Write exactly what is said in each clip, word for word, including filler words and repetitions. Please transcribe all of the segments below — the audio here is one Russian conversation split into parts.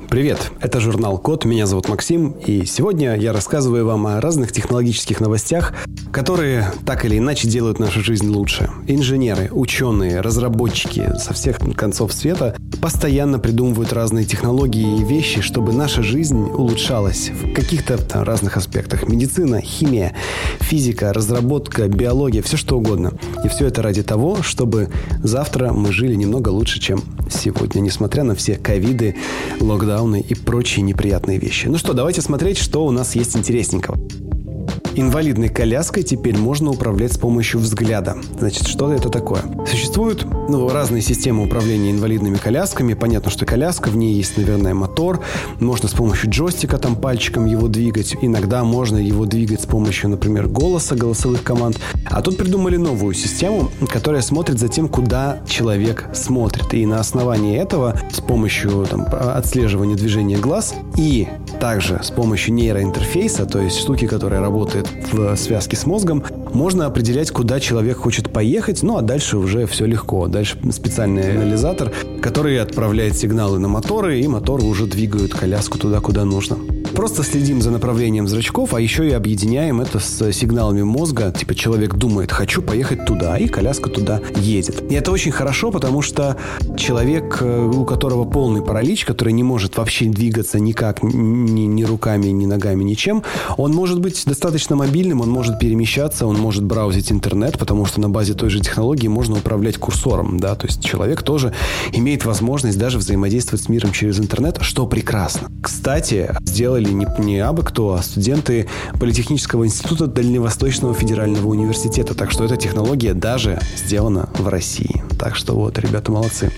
Привет, это журнал Код, меня зовут Максим, и сегодня я рассказываю вам о разных технологических новостях, которые так или иначе делают нашу жизнь лучше. Инженеры, ученые, разработчики со всех концов света постоянно придумывают разные технологии и вещи, чтобы наша жизнь улучшалась в каких-то разных аспектах. Медицина, химия, физика, разработка, биология, все что угодно. И все это ради того, чтобы завтра мы жили немного лучше, чем сегодня, несмотря на все ковиды, локдауны и прочие неприятные вещи. Ну что, давайте смотреть, что у нас есть интересненького. Инвалидной коляской теперь можно управлять с помощью взгляда. Значит, что это такое? Существуют ну, разные системы управления инвалидными колясками. Понятно, что коляска, в ней есть, наверное, мотор. Можно с помощью джойстика там пальчиком его двигать. Иногда можно его двигать с помощью, например, голоса, голосовых команд. А тут придумали новую систему, которая смотрит за тем, куда человек смотрит. И на основании этого с помощью там, отслеживания движения глаз и также с помощью нейроинтерфейса, то есть штуки, которая работает в связке с мозгом, можно определять, куда человек хочет поехать, ну а дальше уже все легко. Дальше специальный анализатор, который отправляет сигналы на моторы, и моторы уже двигают коляску туда, куда нужно. Просто следим за направлением зрачков, а еще и объединяем это с сигналами мозга. Типа человек думает, хочу поехать туда, и коляска туда едет. И это очень хорошо, потому что человек, у которого полный паралич, который не может вообще двигаться никак, ни, ни руками, ни ногами, ничем, он может быть достаточно мобильным, он может перемещаться, он может браузить интернет, потому что на базе той же технологии можно управлять курсором, да, то есть человек тоже имеет возможность даже взаимодействовать с миром через интернет, что прекрасно. Кстати, сделали не, не абы кто, а студенты Политехнического института Дальневосточного федерального университета, так что эта технология даже сделана в России. Так что вот, ребята, молодцы.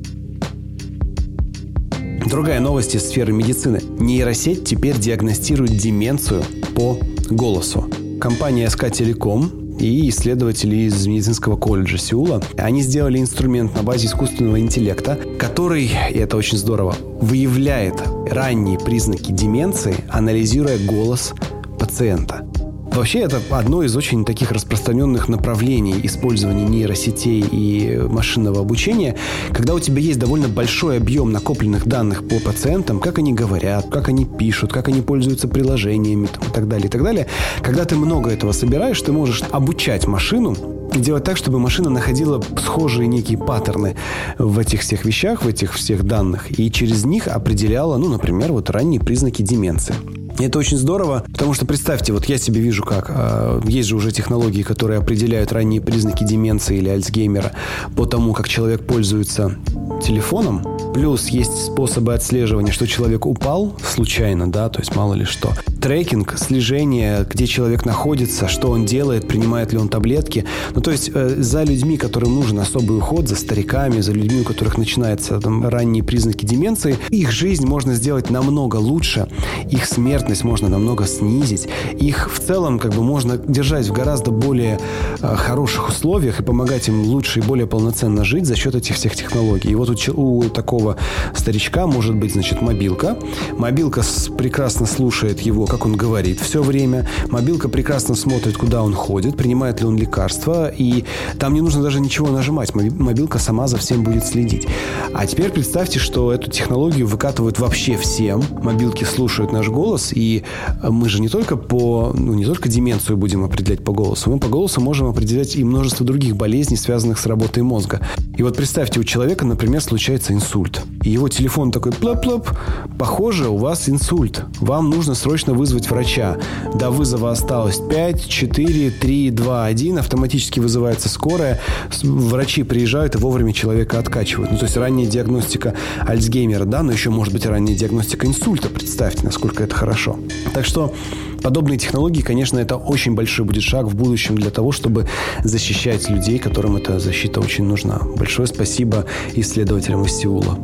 Другая новость из сферы медицины. Нейросеть теперь диагностирует деменцию по голосу. Компания эс ка Телеком и исследователи из медицинского колледжа Сеула, они сделали инструмент на базе искусственного интеллекта, который, и это очень здорово, выявляет ранние признаки деменции, анализируя голос пациента. Вообще, это одно из очень таких распространенных направлений использования нейросетей и машинного обучения, когда у тебя есть довольно большой объем накопленных данных по пациентам, как они говорят, как они пишут, как они пользуются приложениями там, и так далее, и так далее. Когда ты много этого собираешь, ты можешь обучать машину и делать так, чтобы машина находила схожие некие паттерны в этих всех вещах, в этих всех данных, и через них определяла, ну, например, вот ранние признаки деменции. И это очень здорово, потому что представьте, вот я себе вижу как, э, есть же уже технологии, которые определяют ранние признаки деменции или Альцгеймера по тому, как человек пользуется телефоном. Плюс есть способы отслеживания, что человек упал случайно, да, то есть мало ли что. Трекинг, слежение, где человек находится, что он делает, принимает ли он таблетки. Ну, то есть э, за людьми, которым нужен особый уход, за стариками, за людьми, у которых начинаются там, ранние признаки деменции, их жизнь можно сделать намного лучше, их смертность можно намного снизить, их в целом как бы можно держать в гораздо более э, хороших условиях и помогать им лучше и более полноценно жить за счет этих всех технологий. И вот у, у такого старичка может быть, значит, мобилка. Мобилка с, прекрасно слушает его, как он говорит все время. Мобилка прекрасно смотрит, куда он ходит, принимает ли он лекарства, и там не нужно даже ничего нажимать. Мобилка сама за всем будет следить. А теперь представьте, что эту технологию выкатывают вообще всем. Мобилки слушают наш голос, и мы же не только по, ну, не только деменцию будем определять по голосу, мы по голосу можем определять и множество других болезней, связанных с работой мозга. И вот представьте, у человека, например, случается инсульт. И его телефон такой плоп-плоп. Похоже, у вас инсульт. Вам нужно срочно вызвать врача. До вызова осталось пять, четыре, три, два, один. Автоматически вызывается скорая. Врачи приезжают и вовремя человека откачивают. Ну, то есть ранняя диагностика Альцгеймера, да, но еще может быть ранняя диагностика инсульта. Представьте, насколько это хорошо. Так что подобные технологии, конечно, это очень большой будет шаг в будущем для того, чтобы защищать людей, которым эта защита очень нужна. Большое спасибо исследователям из Сеула.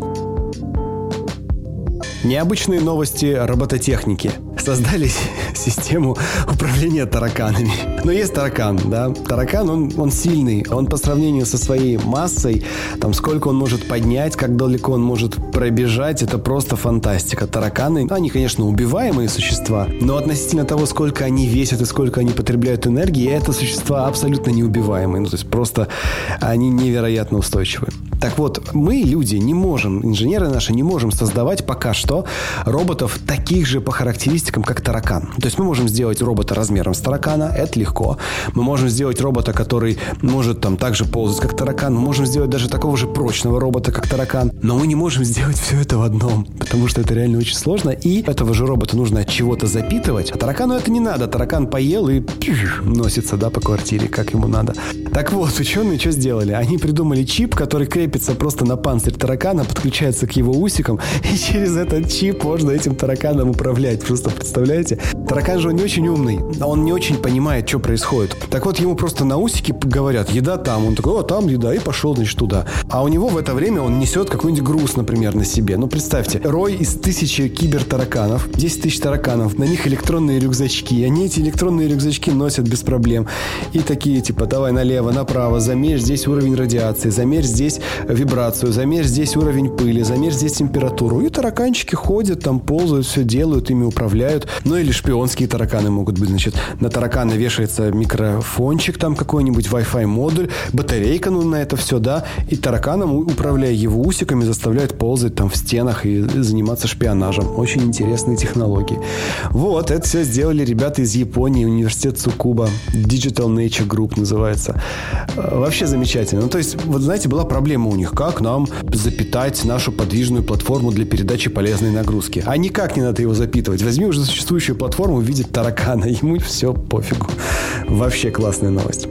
Необычные новости робототехники. Создали систему управления тараканами. Но есть таракан, да. Таракан, он, он сильный. Он по сравнению со своей массой, там, сколько он может поднять, как далеко он может пробежать, это просто фантастика. Тараканы, они, конечно, убиваемые существа, но относительно того, сколько они весят и сколько они потребляют энергии, это существа абсолютно неубиваемые. Ну, то есть просто они невероятно устойчивы. Так вот, мы, люди, не можем, инженеры наши, не можем создавать пока что роботов таких же по характеристикам, как таракан. То есть мы можем сделать робота размером с таракана, это легко. Мы можем сделать робота, который может там так же ползать, как таракан. Мы можем сделать даже такого же прочного робота, как таракан. Но мы не можем сделать все это в одном, потому что это реально очень сложно. И этого же робота нужно от чего-то запитывать. А таракану это не надо. Таракан поел и носится, да, по квартире, как ему надо. Так вот, ученые что сделали? Они придумали чип, который крепится просто на панцирь таракана, подключается к его усикам, и через этот чип можно этим тараканом управлять. Просто представляете? Таракан же он не очень умный. Он не очень понимает, что происходит. Так вот, ему просто на усики говорят, еда там. Он такой, о, там еда, и пошел, значит, туда. А у него в это время он несет какой-нибудь груз, например, на себе. Ну, представьте, рой из тысячи кибертараканов, десять тысяч тараканов, на них электронные рюкзачки. Они эти электронные рюкзачки носят без проблем. И такие, типа, давай налево, направо, замерь здесь уровень радиации, замерь здесь вибрацию, замерь здесь уровень пыли, замерь здесь температуру. И тараканчики ходят, там ползают, все делают, ими управляют. Ну, или шпионские тараканы могут быть, значит, на таракана вешается микрофончик там какой-нибудь, Wi-Fi модуль, батарейка, ну, на это все, да, и тараканом, управляя его усиками, заставляет ползать там в стенах и заниматься шпионажем. Очень интересные технологии. Вот, это все сделали ребята из Японии, университет Цукуба, Digital Nature Group называется. Вообще замечательно. Ну, то есть, вот знаете, была проблема у них, как нам запитать нашу подвижную платформу для передачи полезной нагрузки. А никак не надо его запитывать. Возьми уже существующую платформу, увидит таракана, ему все пофигу. Вообще классная новость.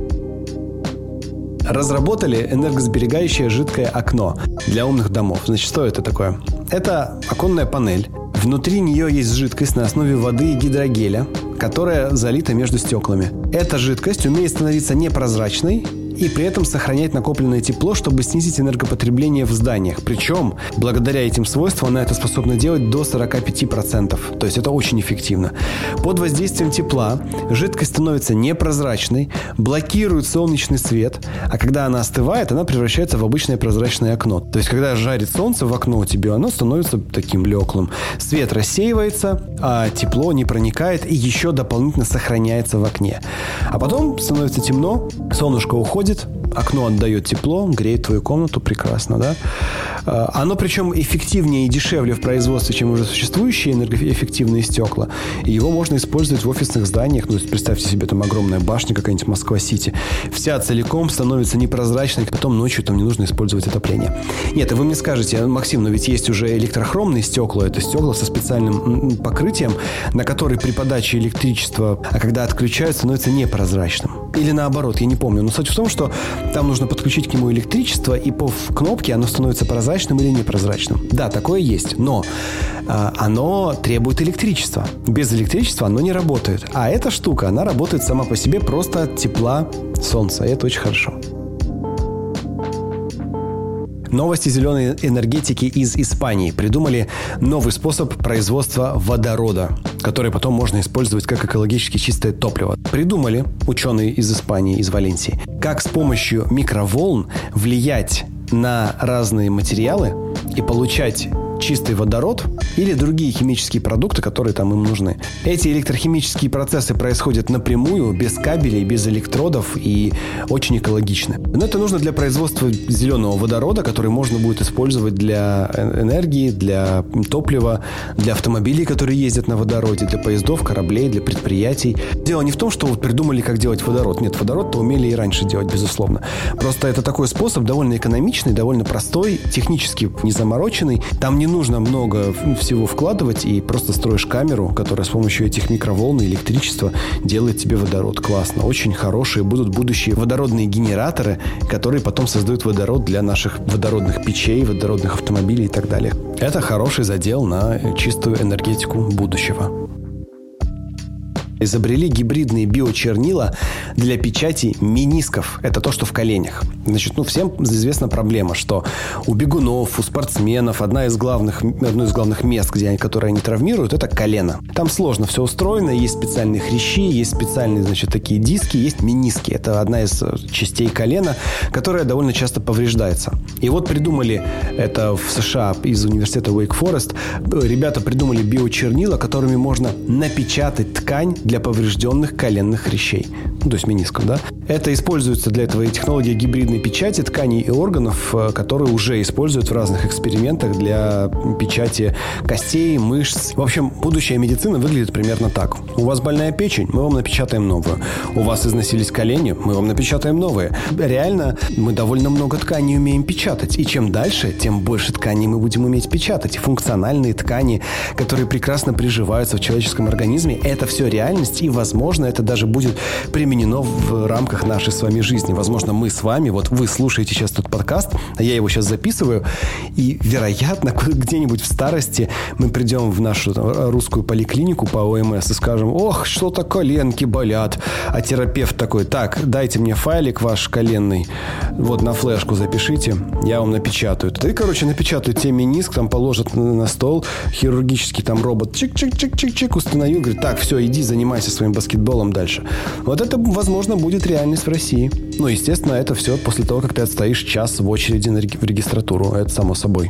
Разработали энергосберегающее жидкое окно для умных домов. Значит, что это такое? Это оконная панель. Внутри нее есть жидкость на основе воды и гидрогеля, которая залита между стеклами. Эта жидкость умеет становиться непрозрачной и при этом сохранять накопленное тепло, чтобы снизить энергопотребление в зданиях. Причем, благодаря этим свойствам, она это способна делать до сорок пять процентов. То есть это очень эффективно. Под воздействием тепла жидкость становится непрозрачной, блокирует солнечный свет, а когда она остывает, она превращается в обычное прозрачное окно. То есть, когда жарит солнце в окно у тебя, оно становится таким леклым. Свет рассеивается, а тепло не проникает и еще дополнительно сохраняется в окне. А потом становится темно, солнышко уходит, окно отдает тепло, греет твою комнату, прекрасно, да? Оно причем эффективнее и дешевле в производстве, чем уже существующие энергоэффективные стекла. И его можно использовать в офисных зданиях. Ну, представьте себе, там огромная башня какая-нибудь Москва-Сити. Вся целиком становится непрозрачной, потом ночью там не нужно использовать отопление. Нет, и вы мне скажете, Максим, но ведь есть уже электрохромные стекла. Это стекла со специальным покрытием, на который при подаче электричества, а когда отключают, становится непрозрачным. Или наоборот, я не помню. Но суть в том, что там нужно подключить к нему электричество, и по кнопке оно становится прозрачным или непрозрачным. Да, такое есть, но э, оно требует электричества. Без электричества оно не работает. А эта штука, она работает сама по себе просто от тепла солнца. И это очень хорошо. Новости зеленой энергетики из Испании. Придумали новый способ производства водорода, который потом можно использовать как экологически чистое топливо. Придумали ученые из Испании, из Валенсии, как с помощью микроволн влиять на разные материалы и получать чистый водород или другие химические продукты, которые там им нужны. Эти электрохимические процессы происходят напрямую, без кабелей, без электродов и очень экологичны. Но это нужно для производства зеленого водорода, который можно будет использовать для энергии, для топлива, для автомобилей, которые ездят на водороде, для поездов, кораблей, для предприятий. Дело не в том, что вот придумали, как делать водород. Нет, водород-то умели и раньше делать, безусловно. Просто это такой способ довольно экономичный, довольно простой, технически не замороченный. Там не нужно много всего вкладывать, и просто строишь камеру, которая с помощью этих микроволн и электричества делает тебе водород. Классно. Очень хорошие будут будущие водородные генераторы, которые потом создают водород для наших водородных печей, водородных автомобилей и так далее. Это хороший задел на чистую энергетику будущего. изобрели гибридные биочернила для печати менисков. Это то, что в коленях. Значит, ну, всем известна проблема, что у бегунов, у спортсменов одна из главных, одно из главных мест, где они, которые они травмируют, это колено. Там сложно все устроено, есть специальные хрящи, есть специальные, значит, такие диски, есть мениски. Это одна из частей колена, которая довольно часто повреждается. И вот придумали это в США из университета Wake Forest. Ребята придумали биочернила, которыми можно напечатать ткань для поврежденных коленных хрящей. Ну, то есть менисков, да? Это используется для этого и технология гибридной печати тканей и органов, которые уже используют в разных экспериментах для печати костей, мышц. В общем, будущая медицина выглядит примерно так. У вас больная печень, мы вам напечатаем новую. У вас износились колени, мы вам напечатаем новые. Реально, мы довольно много тканей умеем печатать. И чем дальше, тем больше тканей мы будем уметь печатать. И функциональные ткани, которые прекрасно приживаются в человеческом организме, это все реальность. И, возможно, это даже будет применено в рамках нашей с вами жизни. Возможно, мы с вами, вот вы слушаете сейчас этот подкаст, а я его сейчас записываю, и, вероятно, где-нибудь в старости мы придем в нашу русскую поликлинику по ОМС и скажем: ох, что-то коленки болят. А терапевт такой: так, дайте мне файлик ваш коленный, вот на флешку запишите, я вам напечатаю. И, короче, напечатают тебе мениск, там положат на стол, хирургический там робот чик-чик-чик-чик-чик установил, говорит: так, все, иди занимайся своим баскетболом дальше. Вот это, возможно, будет реальность в России. Ну, естественно, это все после того, как ты отстоишь час в очереди в регистратуру. Это само собой.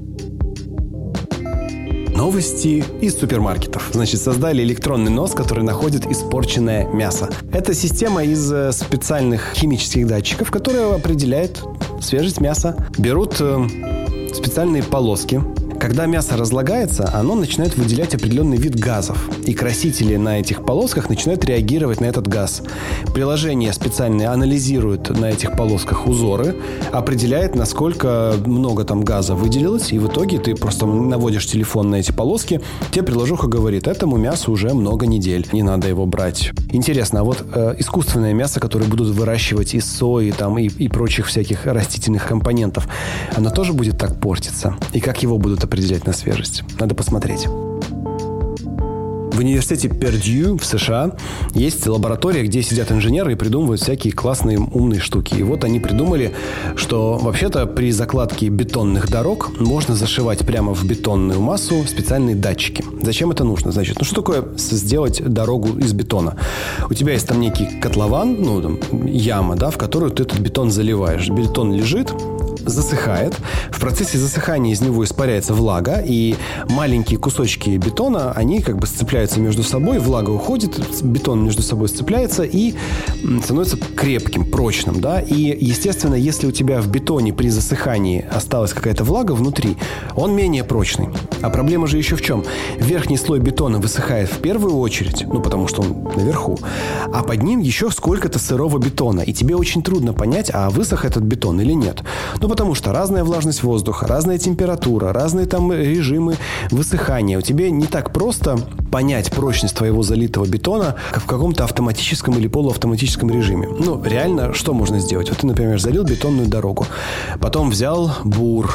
Новости из супермаркетов. Значит, создали электронный нос, который находит испорченное мясо. Это система из специальных химических датчиков, которая определяет свежесть мяса. Берут э, специальные полоски. Когда мясо разлагается, оно начинает выделять определенный вид газов. И красители на этих полосках начинают реагировать на этот газ. Приложение специальное анализирует на этих полосках узоры, определяет, насколько много там газа выделилось. И в итоге ты просто наводишь телефон на эти полоски, тебе приложуха говорит: этому мясу уже много недель, не надо его брать. Интересно, а вот э, искусственное мясо, которое будут выращивать из сои там, и, и прочих всяких растительных компонентов, оно тоже будет так портиться? И как его будут определять на свежесть? Надо посмотреть. В университете Пердью в США есть лаборатория, где сидят инженеры и придумывают всякие классные умные штуки. И вот они придумали, что вообще-то при закладке бетонных дорог можно зашивать прямо в бетонную массу специальные датчики. Зачем это нужно? Значит, ну что такое сделать дорогу из бетона? У тебя есть там некий котлован, ну там яма, да, в которую ты этот бетон заливаешь. Бетон лежит, засыхает. В процессе засыхания из него испаряется влага, и маленькие кусочки бетона, они как бы сцепляются между собой, влага уходит, бетон между собой сцепляется и становится крепким, прочным, да. И, естественно, если у тебя в бетоне при засыхании осталась какая-то влага внутри, он менее прочный. А проблема же еще в чем? Верхний слой бетона высыхает в первую очередь, ну, потому что он наверху, а под ним еще сколько-то сырого бетона, и тебе очень трудно понять, а высох этот бетон или нет. Ну, потому что разная влажность воздуха, разная температура, разные там режимы высыхания. У тебя не так просто понять прочность твоего залитого бетона, как в каком-то автоматическом или полуавтоматическом режиме. Ну, реально, что можно сделать? Вот ты, например, залил бетонную дорогу, потом взял бур,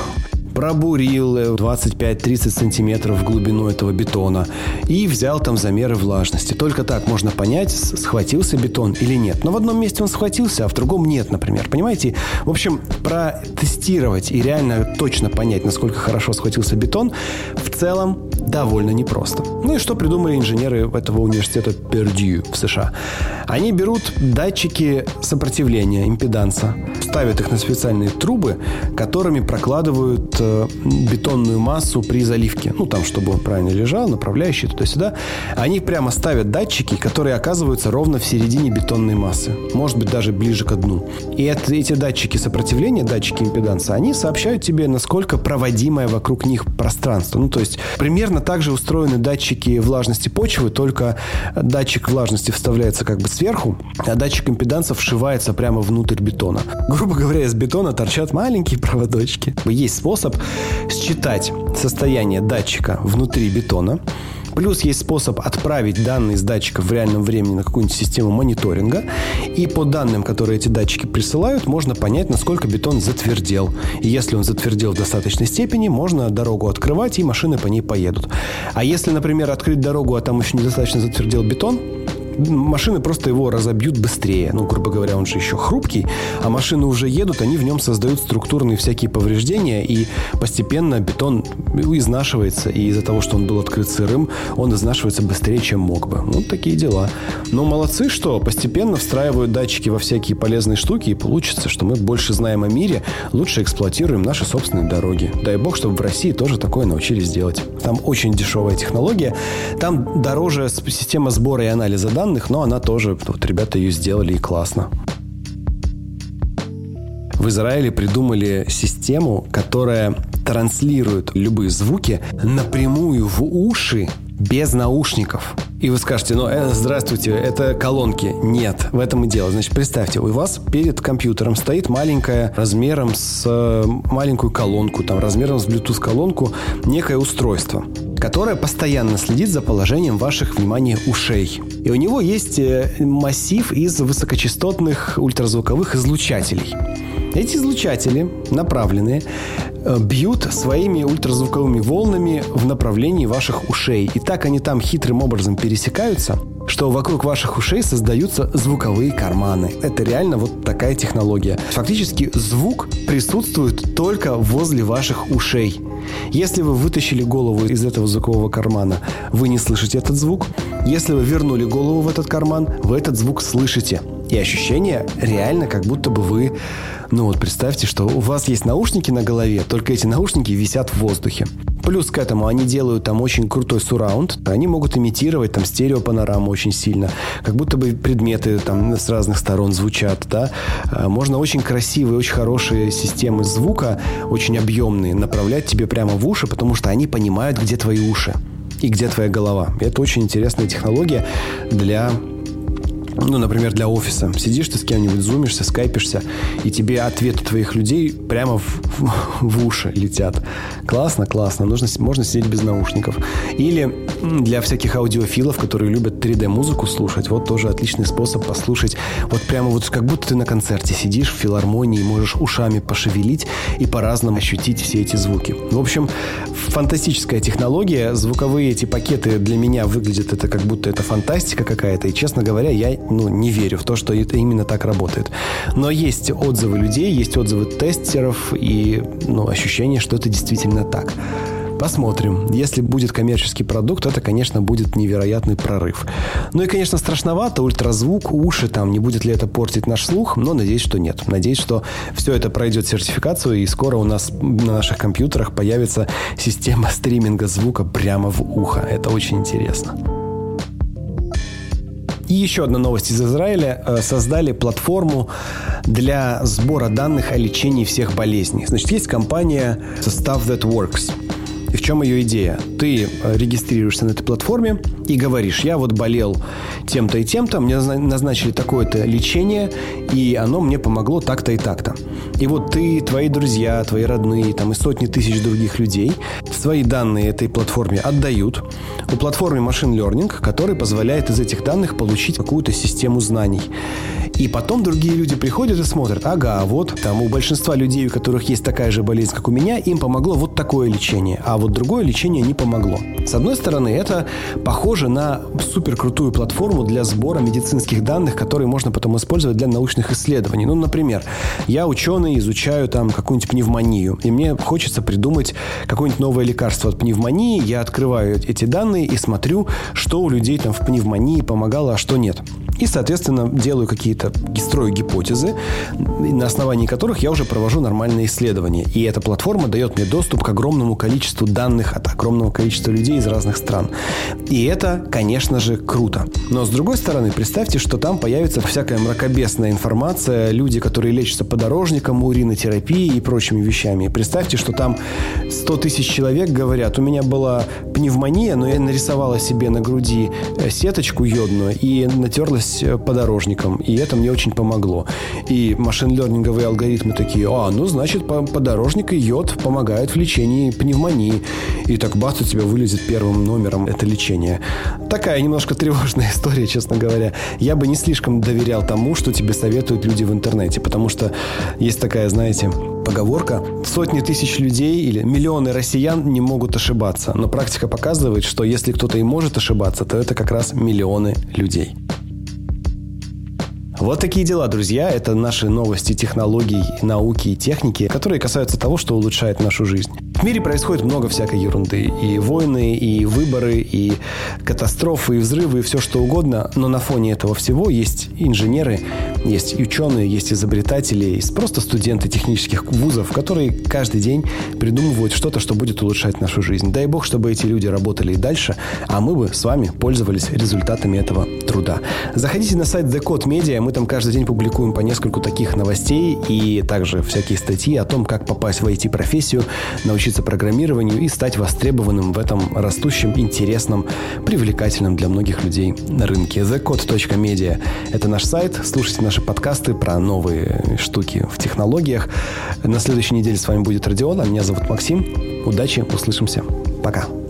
пробурил двадцать пять тридцать сантиметров в глубину этого бетона и взял там замеры влажности. Только так можно понять, схватился бетон или нет. Но в одном месте он схватился, а в другом нет, например. Понимаете? В общем, протестировать и реально точно понять, насколько хорошо схватился бетон, в целом довольно непросто. Ну и что придумали инженеры этого университета Пердью в США? Они берут датчики сопротивления, импеданса, ставят их на специальные трубы, которыми прокладывают э, бетонную массу при заливке. Ну, там, чтобы он правильно лежал, направляющий туда-сюда. Они прямо ставят датчики, которые оказываются ровно в середине бетонной массы. Может быть, даже ближе к дну. И это, эти датчики сопротивления, датчики импеданса, они сообщают тебе, насколько проводимое вокруг них пространство. Ну, то есть, примерно так же устроены датчики влажности почвы, только датчик влажности вставляется как бы сверху, а датчик импеданса вшивается прямо внутрь бетона. Грубо говоря, из бетона торчат маленькие проводочки. Есть способ считать состояние датчика внутри бетона, Плюс есть способ отправить данные с датчиков в реальном времени на какую-нибудь систему мониторинга. И по данным, которые эти датчики присылают, можно понять, насколько бетон затвердел. И если он затвердел в достаточной степени, можно дорогу открывать, и машины по ней поедут. А если, например, открыть дорогу, а там еще недостаточно затвердел бетон, машины просто его разобьют быстрее. Ну, грубо говоря, он же еще хрупкий, а машины уже едут, они в нем создают структурные всякие повреждения, и постепенно бетон изнашивается, и из-за того, что он был открыт сырым, он изнашивается быстрее, чем мог бы. Ну, такие дела. Но молодцы, что постепенно встраивают датчики во всякие полезные штуки, и получится, что мы больше знаем о мире, лучше эксплуатируем наши собственные дороги. Дай бог, чтобы в России тоже такое научились делать. Там очень дешевая технология, там дороже система сбора и анализа данных, но она тоже, вот ребята ее сделали, и классно. В Израиле придумали систему, которая транслирует любые звуки напрямую в уши без наушников. И вы скажете, ну, э, здравствуйте, это колонки. Нет, в этом и дело. Значит, представьте, у вас перед компьютером стоит маленькая, размером с э, маленькую колонку, там, размером с Bluetooth-колонку, некое устройство, которое постоянно следит за положением ваших, внимания, ушей. И у него есть э, массив из высокочастотных ультразвуковых излучателей. Эти излучатели, направленные, бьют своими ультразвуковыми волнами в направлении ваших ушей. И так они там хитрым образом пересекаются, что вокруг ваших ушей создаются звуковые карманы. Это реально вот такая технология. Фактически звук присутствует только возле ваших ушей. Если вы вытащили голову из этого звукового кармана, вы не слышите этот звук. Если вы вернули голову в этот карман, вы этот звук слышите. И ощущение реально, как будто бы вы... Ну вот представьте, что у вас есть наушники на голове, только эти наушники висят в воздухе. Плюс к этому они делают там очень крутой сурраунд. Они могут имитировать там стереопанораму очень сильно. Как будто бы предметы там с разных сторон звучат, да. Можно очень красивые, очень хорошие системы звука, очень объемные, направлять тебе прямо в уши, потому что они понимают, где твои уши и где твоя голова. Это очень интересная технология для... Ну, например, для офиса. Сидишь ты с кем-нибудь, зумишься, скайпишься, и тебе ответы твоих людей прямо в, в, в уши летят. Классно, классно. Нужно, можно сидеть без наушников. Или для всяких аудиофилов, которые любят три дэ-музыку слушать, вот тоже отличный способ послушать. Вот прямо вот как будто ты на концерте сидишь в филармонии, можешь ушами пошевелить и по-разному ощутить все эти звуки. В общем, фантастическая технология. Звуковые эти пакеты для меня выглядят это как будто это фантастика какая-то. И, честно говоря, я ну, не верю в то, что это именно так работает. Но есть отзывы людей, есть отзывы тестеров и ну, ощущение, что это действительно так. Посмотрим. Если будет коммерческий продукт, это, конечно, будет невероятный прорыв. Ну и, конечно, страшновато. Ультразвук, уши, там, не будет ли это портить наш слух, но надеюсь, что нет. Надеюсь, что все это пройдет сертификацию, и скоро у нас на наших компьютерах появится система стриминга звука прямо в ухо. Это очень интересно. И еще одна новость из Израиля. Создали платформу для сбора данных о лечении всех болезней. Значит, есть компания Stuff That Works. И в чем ее идея? Ты регистрируешься на этой платформе и говоришь, я вот болел тем-то и тем-то, мне назначили такое-то лечение, и оно мне помогло так-то и так-то. И вот ты, твои друзья, твои родные, там и сотни тысяч других людей свои данные этой платформе отдают. У платформы Machine Learning, который позволяет из этих данных получить какую-то систему знаний. И потом другие люди приходят и смотрят, ага, вот там у большинства людей, у которых есть такая же болезнь, как у меня, им помогло вот такое лечение, а вот другое лечение не помогло. С одной стороны, это похоже на суперкрутую платформу для сбора медицинских данных, которые можно потом использовать для научных исследований. Ну, например, я ученый, изучаю там какую-нибудь пневмонию, и мне хочется придумать какое-нибудь новое лекарство от пневмонии, я открываю эти данные и смотрю, что у людей там в пневмонии помогало, а что нет. И, соответственно, делаю какие-то, строю гипотезы, на основании которых я уже провожу нормальные исследования. И эта платформа дает мне доступ к огромному количеству данных от огромного количества людей из разных стран. И это, конечно же, круто. Но, с другой стороны, представьте, что там появится всякая мракобесная информация, люди, которые лечатся подорожником, уринотерапией и прочими вещами. Представьте, что там сто тысяч человек говорят, у меня была пневмония, но я нарисовала себе на груди сеточку йодную и натерлась подорожником, и это мне очень помогло. И машин-лернинговые алгоритмы такие, а, ну, значит, подорожник и йод помогают в лечении пневмонии. и так бац, у тебя вылезет первым номером это лечение. Такая немножко тревожная история, честно говоря. Я бы не слишком доверял тому, что тебе советуют люди в интернете, потому что есть такая, знаете, поговорка: сотни тысяч людей или миллионы россиян не могут ошибаться. Но практика показывает, что если кто-то и может ошибаться, то это как раз миллионы людей. Вот такие дела, друзья. Это наши новости технологий, науки и техники, которые касаются того, что улучшает нашу жизнь. В мире происходит много всякой ерунды. И войны, и выборы, и катастрофы, и взрывы, и все что угодно. Но на фоне этого всего есть инженеры, есть ученые, есть изобретатели, есть просто студенты технических вузов, которые каждый день придумывают что-то, что будет улучшать нашу жизнь. Дай бог, чтобы эти люди работали и дальше, а мы бы с вами пользовались результатами этого труда. Заходите на сайт The Code Media. Мы там каждый день публикуем по нескольку таких новостей и также всякие статьи о том, как попасть в ай ти-профессию, научиться программированию и стать востребованным в этом растущем, интересном, привлекательном для многих людей на рынке. the code точка media – это наш сайт. Слушайте наши подкасты про новые штуки в технологиях. На следующей неделе с вами будет Радион, а меня зовут Максим. Удачи, услышимся. Пока.